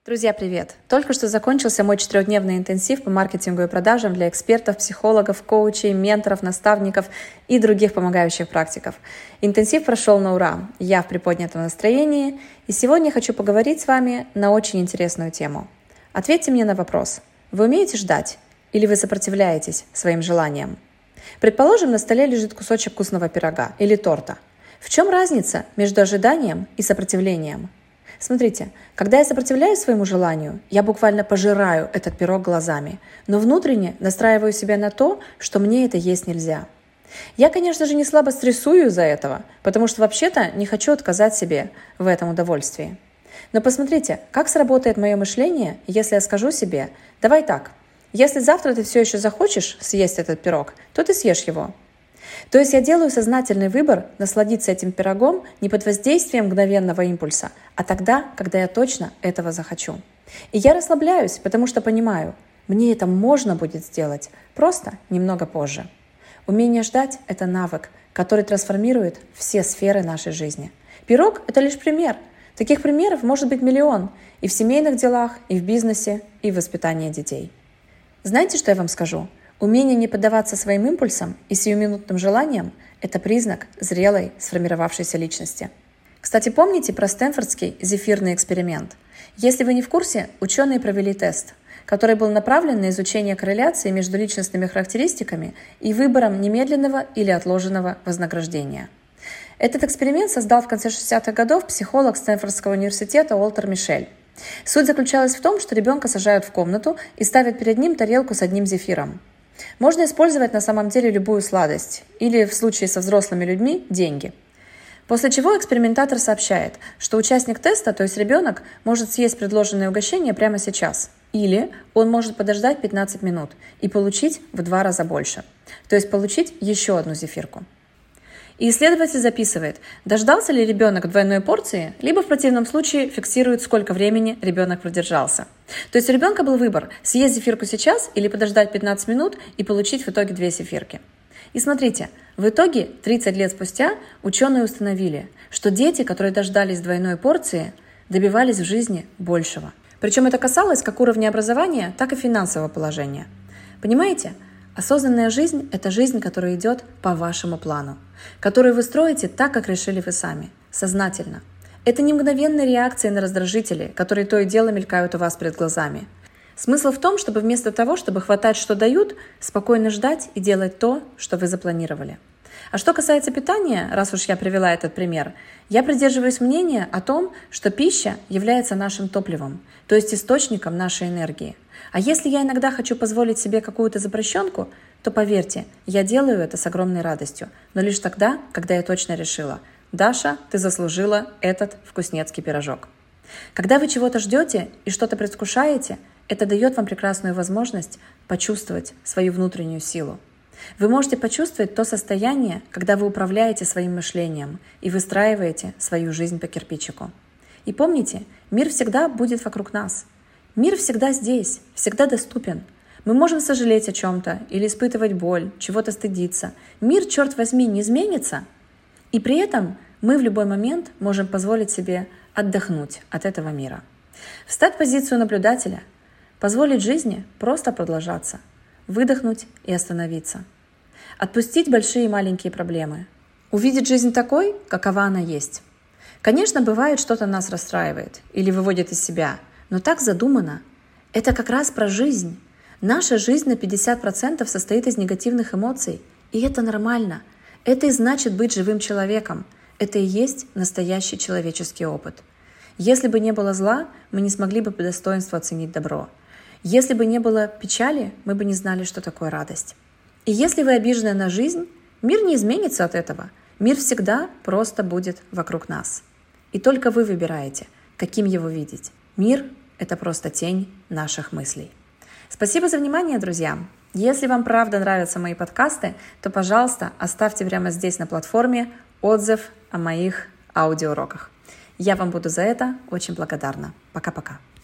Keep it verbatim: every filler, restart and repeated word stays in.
Друзья, привет! Только что закончился мой четырехдневный интенсив по маркетингу и продажам для экспертов, психологов, коучей, менторов, наставников и других помогающих практиков. Интенсив прошел на ура, я в приподнятом настроении, и сегодня хочу поговорить с вами на очень интересную тему. Ответьте мне на вопрос: вы умеете ждать или вы сопротивляетесь своим желаниям? Предположим, на столе лежит кусочек вкусного пирога или торта. В чем разница между ожиданием и сопротивлением? Смотрите, когда я сопротивляюсь своему желанию, я буквально пожираю этот пирог глазами, но внутренне настраиваю себя на то, что мне это есть нельзя. Я, конечно же, не слабо стрессую из-за этого, потому что вообще-то не хочу отказать себе в этом удовольствии. Но посмотрите, как сработает мое мышление, если я скажу себе: давай так, если завтра ты все еще захочешь съесть этот пирог, то ты съешь его. То есть я делаю сознательный выбор насладиться этим пирогом не под воздействием мгновенного импульса, а тогда, когда я точно этого захочу. И я расслабляюсь, потому что понимаю, мне это можно будет сделать, просто немного позже. Умение ждать – это навык, который трансформирует все сферы нашей жизни. Пирог – это лишь пример. Таких примеров может быть миллион и в семейных делах, и в бизнесе, и в воспитании детей. Знаете, что я вам скажу? Умение не поддаваться своим импульсам и сиюминутным желаниям – это признак зрелой, сформировавшейся личности. Кстати, помните про стэнфордский зефирный эксперимент? Если вы не в курсе, ученые провели тест, который был направлен на изучение корреляции между личностными характеристиками и выбором немедленного или отложенного вознаграждения. Этот эксперимент создал в конце шестидесятых годов психолог Стэнфордского университета Уолтер Мишель. Суть заключалась в том, что ребенка сажают в комнату и ставят перед ним тарелку с одним зефиром. Можно использовать на самом деле любую сладость, или в случае со взрослыми людьми – деньги. После чего экспериментатор сообщает, что участник теста, то есть ребенок, может съесть предложенное угощение прямо сейчас. Или он может подождать пятнадцать минут и получить в два раза больше. То есть получить еще одну зефирку. И исследователь записывает, дождался ли ребенок двойной порции, либо в противном случае фиксирует, сколько времени ребенок продержался. То есть у ребенка был выбор – съесть зефирку сейчас или подождать пятнадцать минут и получить в итоге две зефирки. И смотрите, в итоге тридцать лет спустя ученые установили, что дети, которые дождались двойной порции, добивались в жизни большего. Причем это касалось как уровня образования, так и финансового положения. Понимаете? Осознанная жизнь – это жизнь, которая идет по вашему плану, которую вы строите так, как решили вы сами, сознательно. Это не мгновенные реакции на раздражители, которые то и дело мелькают у вас перед глазами. Смысл в том, чтобы вместо того, чтобы хватать, что дают, спокойно ждать и делать то, что вы запланировали. А что касается питания, раз уж я привела этот пример, я придерживаюсь мнения о том, что пища является нашим топливом, то есть источником нашей энергии. А если я иногда хочу позволить себе какую-то запрещенку, то поверьте, я делаю это с огромной радостью, но лишь тогда, когда я точно решила: Даша, ты заслужила этот вкуснецкий пирожок. Когда вы чего-то ждете и что-то предвкушаете, это дает вам прекрасную возможность почувствовать свою внутреннюю силу. Вы можете почувствовать то состояние, когда вы управляете своим мышлением и выстраиваете свою жизнь по кирпичику. И помните, мир всегда будет вокруг нас. Мир всегда здесь, всегда доступен. Мы можем сожалеть о чем-то или испытывать боль, чего-то стыдиться. Мир, черт возьми, не изменится. И при этом мы в любой момент можем позволить себе отдохнуть от этого мира. Встать в позицию наблюдателя, позволить жизни просто продолжаться, выдохнуть и остановиться. Отпустить большие и маленькие проблемы. Увидеть жизнь такой, какова она есть. Конечно, бывает, что-то нас расстраивает или выводит из себя, но так задумано. Это как раз про жизнь. Наша жизнь на пятьдесят процентов состоит из негативных эмоций, и это нормально. Это и значит быть живым человеком. Это и есть настоящий человеческий опыт. Если бы не было зла, мы не смогли бы по достоинству оценить добро. Если бы не было печали, мы бы не знали, что такое радость. И если вы обижены на жизнь, мир не изменится от этого. Мир всегда просто будет вокруг нас. И только вы выбираете, каким его видеть. Мир – это просто тень наших мыслей. Спасибо за внимание, друзья. Если вам правда нравятся мои подкасты, то, пожалуйста, оставьте прямо здесь на платформе отзыв о моих аудиоуроках. Я вам буду за это очень благодарна. Пока-пока.